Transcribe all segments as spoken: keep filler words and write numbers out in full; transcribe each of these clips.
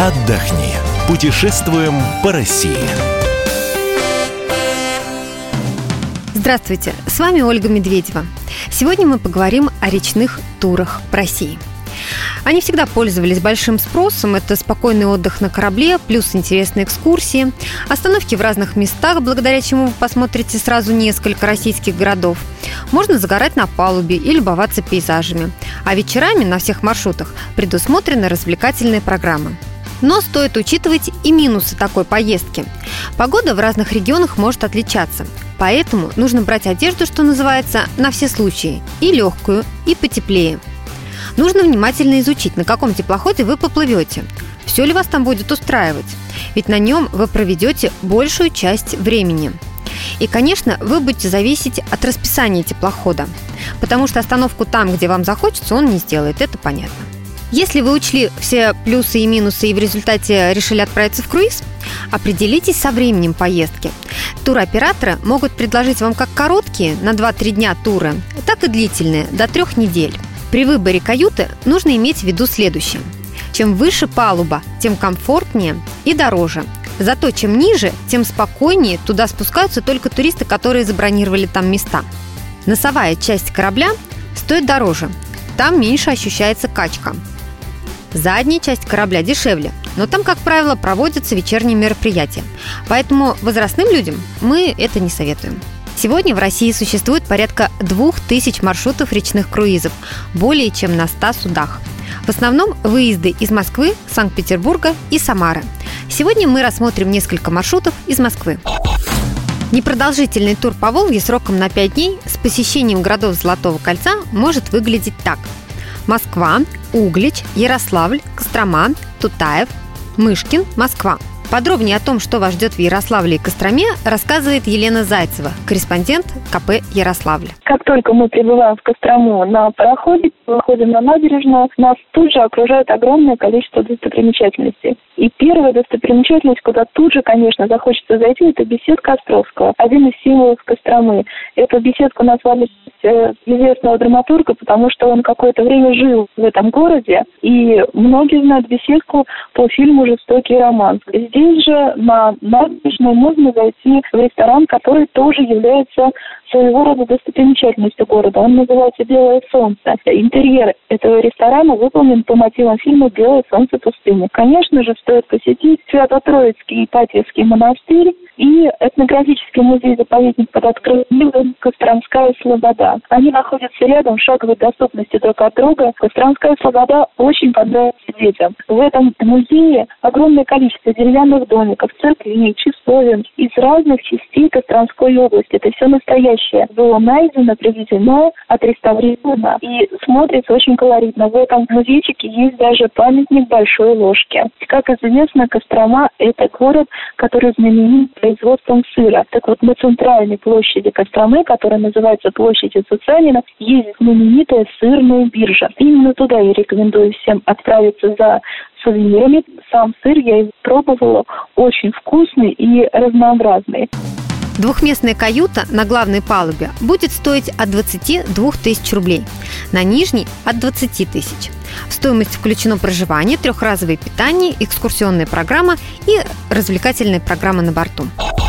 отдохни. Путешествуем по России. Здравствуйте, с вами Ольга Медведева. Сегодня мы поговорим о речных турах по России. Они всегда пользовались большим спросом. Это спокойный отдых на корабле, плюс интересные экскурсии, остановки в разных местах, благодаря чему вы посмотрите сразу несколько российских городов. Можно загорать на палубе и любоваться пейзажами. А вечерами на всех маршрутах предусмотрены развлекательные программы. Но стоит учитывать и минусы такой поездки. Погода в разных регионах может отличаться. Поэтому нужно брать одежду, что называется, на все случаи. И легкую, и потеплее. Нужно внимательно изучить, на каком теплоходе вы поплывете. Все ли вас там будет устраивать? Ведь на нем вы проведете большую часть времени. И, конечно, вы будете зависеть от расписания теплохода. Потому что остановку там, где вам захочется, он не сделает, это понятно. Если вы учли все плюсы и минусы и в результате решили отправиться в круиз, определитесь со временем поездки. Туроператоры могут предложить вам как короткие, на два-три дня туры, так и длительные, до трех недель. При выборе каюты нужно иметь в виду следующее. Чем выше палуба, тем комфортнее и дороже. Зато чем ниже, тем спокойнее туда спускаются только туристы, которые забронировали там места. Носовая часть корабля стоит дороже, там меньше ощущается качка. Задняя часть корабля дешевле, но там, как правило, проводятся вечерние мероприятия. Поэтому возрастным людям мы это не советуем. Сегодня в России существует порядка двух тысяч маршрутов речных круизов, более чем на ста судах. В основном выезды из Москвы, Санкт-Петербурга и Самары. Сегодня мы рассмотрим несколько маршрутов из Москвы. Непродолжительный тур по Волге сроком на пять дней с посещением городов Золотого кольца может выглядеть так. Москва, Углич, Ярославль, Кострома, Тутаев, Мышкин, Москва. Подробнее о том, что вас ждет в Ярославле и Костроме, рассказывает Елена Зайцева, корреспондент ка пэ Ярославля. Как только мы прибываем в Кострому на пароходе, выходим на набережную, нас тут же окружает огромное количество достопримечательностей. И первая достопримечательность, куда тут же, конечно, захочется зайти, это беседка Островского, один из символов Костромы. Эту беседку назвали э, известного драматурга, потому что он какое-то время жил в этом городе, и многие знают беседку по фильму «Жестокий роман». Здесь же на набережной можно зайти в ресторан, который тоже является своего рода достопримечательностью города. Он называется «Белое солнце». Интерьер этого ресторана выполнен по мотивам фильма «Белое солнце пустыни». Конечно же, стоит посетить Свято-Троицкий Ипатьевский монастырь и этнографический музей-заповедник под открытым небом «Костромская слобода». Они находятся рядом, в шаговой доступности друг от друга. Костромская слобода очень понравится детям. В этом музее огромное количество деревянных домиков, церквей, часовен из разных частей Костромской области. Это все настоящее. Было найдено, привезено, отреставрировано и смотрится очень колоритно. В этом музейчике есть даже памятник большой ложки. Как известно, Кострома – это город, который знаменит производством сыра. Так вот, на центральной площади Костромы, которая называется площадью Цуцанина, есть знаменитая сырная биржа. Именно туда я рекомендую всем отправиться за сувенирами. Сам сыр я пробовала, очень вкусный и разнообразный. Двухместная каюта на главной палубе будет стоить от двадцати двух тысяч рублей, на нижней – от двадцати тысяч. В стоимость включено проживание, трехразовое питание, экскурсионная программа и развлекательная программа на борту.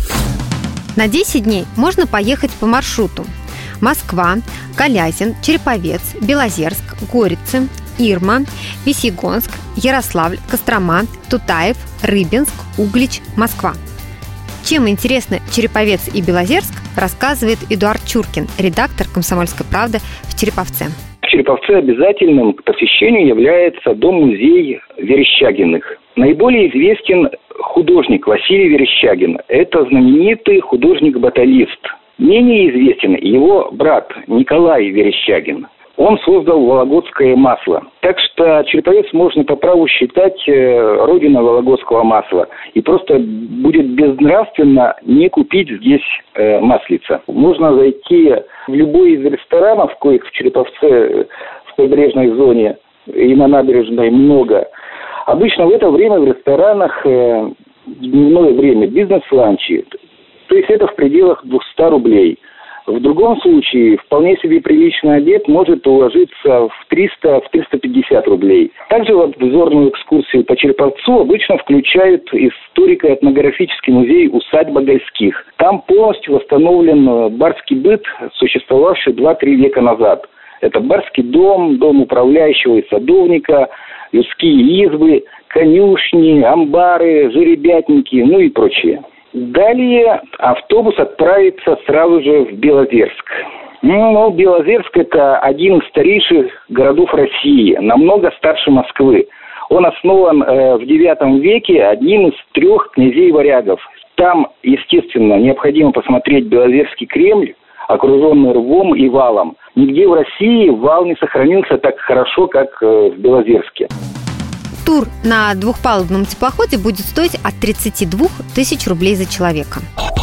На десять дней можно поехать по маршруту: Москва, Калязин, Череповец, Белозерск, Горицы, Ирма, Весьегонск, Ярославль, Кострома, Тутаев, Рыбинск, Углич, Москва. Чем интересны Череповец и Белозерск, рассказывает Эдуард Чуркин, редактор «Комсомольской правды» в Череповце. В Череповце обязательным к посещению является дом-музей Верещагиных. Наиболее известен художник Василий Верещагин. Это знаменитый художник-баталист. Менее известен его брат Николай Верещагин. Он создал вологодское масло. Так что Череповец можно по праву считать э, родиной вологодского масла. И просто будет безнравственно не купить здесь э, маслица. Можно зайти в любой из ресторанов, коих в Череповце, в прибрежной зоне и на набережной много. Обычно в это время в ресторанах э, в дневное время бизнес-ланчи. То есть это в пределах двухсот рублей. В другом случае вполне себе приличный обед может уложиться в триста - триста пятьдесят рублей. Также в обзорную экскурсию по Череповцу обычно включают историко-этнографический музей «Усадьба Гольских». Там полностью восстановлен барский быт, существовавший два-три века назад. Это барский дом, дом управляющего и садовника, людские избы, конюшни, амбары, жеребятники, ну и прочее. Далее автобус отправится сразу же в Белозерск. Ну, Белозерск – это один из старейших городов России, намного старше Москвы. Он основан э, в девятом веке одним из трех князей-варягов. Там, естественно, необходимо посмотреть Белозерский Кремль, окруженный рвом и валом. Нигде в России вал не сохранился так хорошо, как э, в Белозерске. Тур на двухпалубном теплоходе будет стоить от тридцати двух тысяч рублей за человека.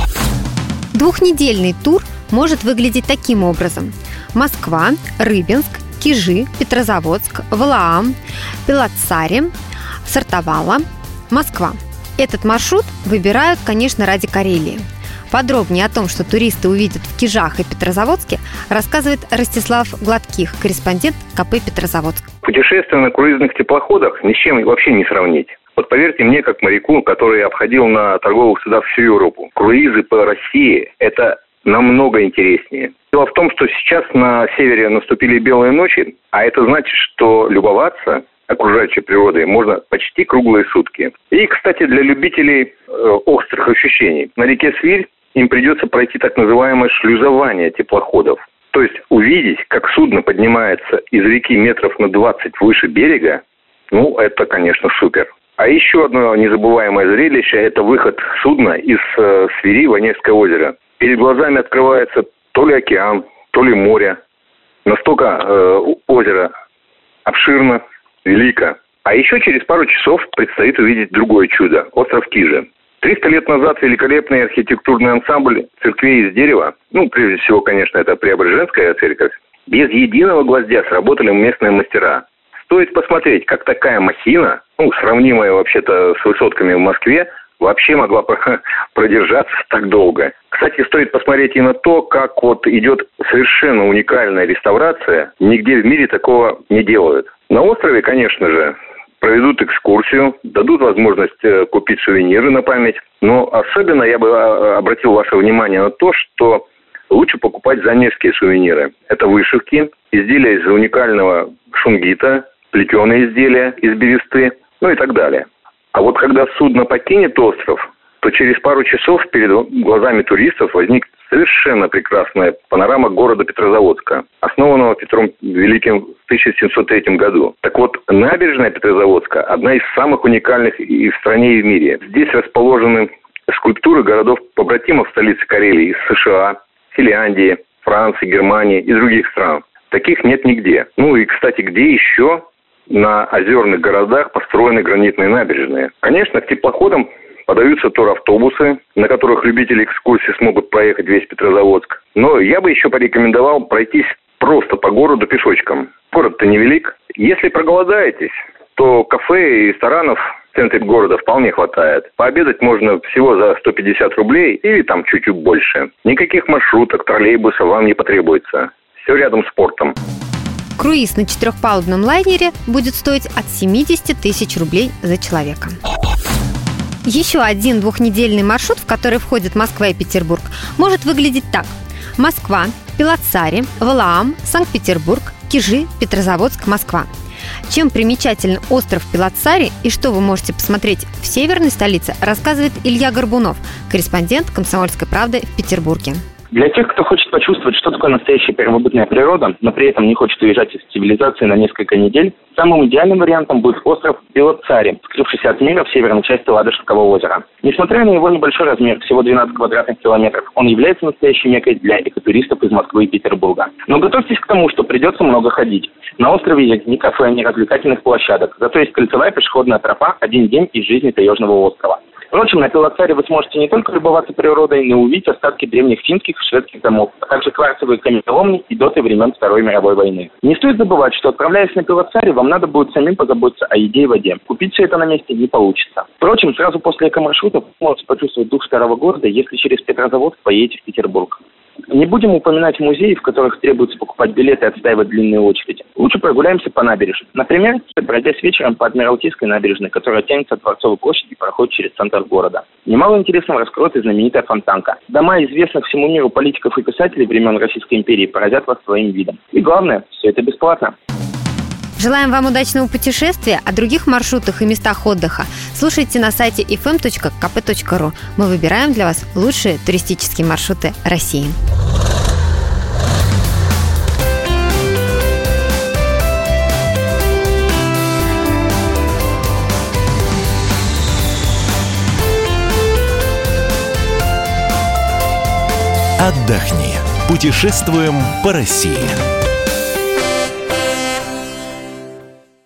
Двухнедельный тур может выглядеть таким образом: Москва, Рыбинск, Кижи, Петрозаводск, Валаам, Пелоццари, Сартовала, Москва. Этот маршрут выбирают, конечно, ради Карелии. Подробнее о том, что туристы увидят в Кижах и Петрозаводске, рассказывает Ростислав Гладких, корреспондент ка пэ «Петрозаводск». Путешествие на круизных теплоходах ни с чем вообще не сравнить. Вот поверьте мне, как моряку, который обходил на торговых судах всю Европу, круизы по России – это намного интереснее. Дело в том, что сейчас на севере наступили белые ночи, а это значит, что любоваться окружающей природой можно почти круглые сутки. И, кстати, для любителей э, острых ощущений. На реке Свирь им придется пройти так называемое шлюзование теплоходов. То есть увидеть, как судно поднимается из реки метров на двадцать выше берега, ну, это, конечно, супер. А еще одно незабываемое зрелище – это выход судна из э, Свири в Онежское озеро. Перед глазами открывается то ли океан, то ли море. Настолько э, озеро обширно, велико. А еще через пару часов предстоит увидеть другое чудо – остров Кижи. Триста лет назад великолепный архитектурный ансамбль церквей из дерева, ну, прежде всего, конечно, это Преображенская церковь, без единого гвоздя сработали местные мастера. Стоит посмотреть, как такая махина, ну, сравнимая вообще-то с высотками в Москве, вообще могла продержаться так долго. Кстати, стоит посмотреть и на то, как вот идет совершенно уникальная реставрация. Нигде в мире такого не делают. На острове, конечно же, проведут экскурсию, дадут возможность купить сувениры на память. Но особенно я бы обратил ваше внимание на то, что лучше покупать заморские сувениры. Это вышивки, изделия из уникального шунгита, плетеные изделия из бересты, ну и так далее. А вот когда судно покинет остров, то через пару часов перед глазами туристов возникнет совершенно прекрасная панорама города Петрозаводска, основанного Петром Великим в тысяча семьсот третьем году. Так вот, набережная Петрозаводска – одна из самых уникальных и в стране, и в мире. Здесь расположены скульптуры городов-побратимов столицы Карелии из США, Финляндии, Франции, Германии и других стран. Таких нет нигде. Ну и, кстати, где еще на озерных городах построены гранитные набережные? Конечно, к теплоходам подаются туравтобусы, на которых любители экскурсий смогут проехать весь Петрозаводск. Но я бы еще порекомендовал пройтись просто по городу пешочком. Город-то невелик. Если проголодаетесь, то кафе и ресторанов в центре города вполне хватает. Пообедать можно всего за сто пятьдесят рублей или там чуть-чуть больше. Никаких маршруток, троллейбусов вам не потребуется. Все рядом с портом. Круиз на четырехпалубном лайнере будет стоить от семьдесят тысяч рублей за человека. Еще один двухнедельный маршрут, в который входят Москва и Петербург, может выглядеть так. Москва, Пелоццари, Валаам, Санкт-Петербург, Кижи, Петрозаводск, Москва. Чем примечателен остров Пелоццари и что вы можете посмотреть в северной столице, рассказывает Илья Горбунов, корреспондент «Комсомольской правды» в Петербурге. Для тех, кто хочет почувствовать, что такое настоящая первобытная природа, но при этом не хочет уезжать из цивилизации на несколько недель, самым идеальным вариантом будет остров Пелоццари, скрывшийся от мира в северной части Ладожского озера. Несмотря на его небольшой размер, всего двенадцать квадратных километров, он является настоящей меккой для экотуристов из Москвы и Петербурга. Но готовьтесь к тому, что придется много ходить. На острове есть ни кафе, ни развлекательных площадок, зато есть кольцевая пешеходная тропа «Один день из жизни Таежного острова». Впрочем, на Пелоццари вы сможете не только любоваться природой, но и увидеть остатки древних финских и шведских домов, а также кварцевые каменоломни и доты времен Второй мировой войны. Не стоит забывать, что, отправляясь на Пелоццари, вам надо будет самим позаботиться о еде и воде. Купить все это на месте не получится. Впрочем, сразу после экомаршрута вы можете почувствовать дух старого города, если через Петрозаводск поедете в Петербург. Не будем упоминать музеи, в которых требуется покупать билеты и отстаивать длинные очереди. Лучше прогуляемся по набережной. Например, пройдясь вечером по Адмиралтейской набережной, которая тянется от Дворцовой площади и проходит через центр города. Немало интересного раскроет и знаменитая Фонтанка. Дома известных всему миру политиков и писателей времен Российской империи поразят вас своим видом. И главное, все это бесплатно. Желаем вам удачного путешествия. О других маршрутах и местах отдыха слушайте на сайте эф эм точка ка пэ точка ру. Мы выбираем для вас лучшие туристические маршруты России. Отдохни. Путешествуем по России.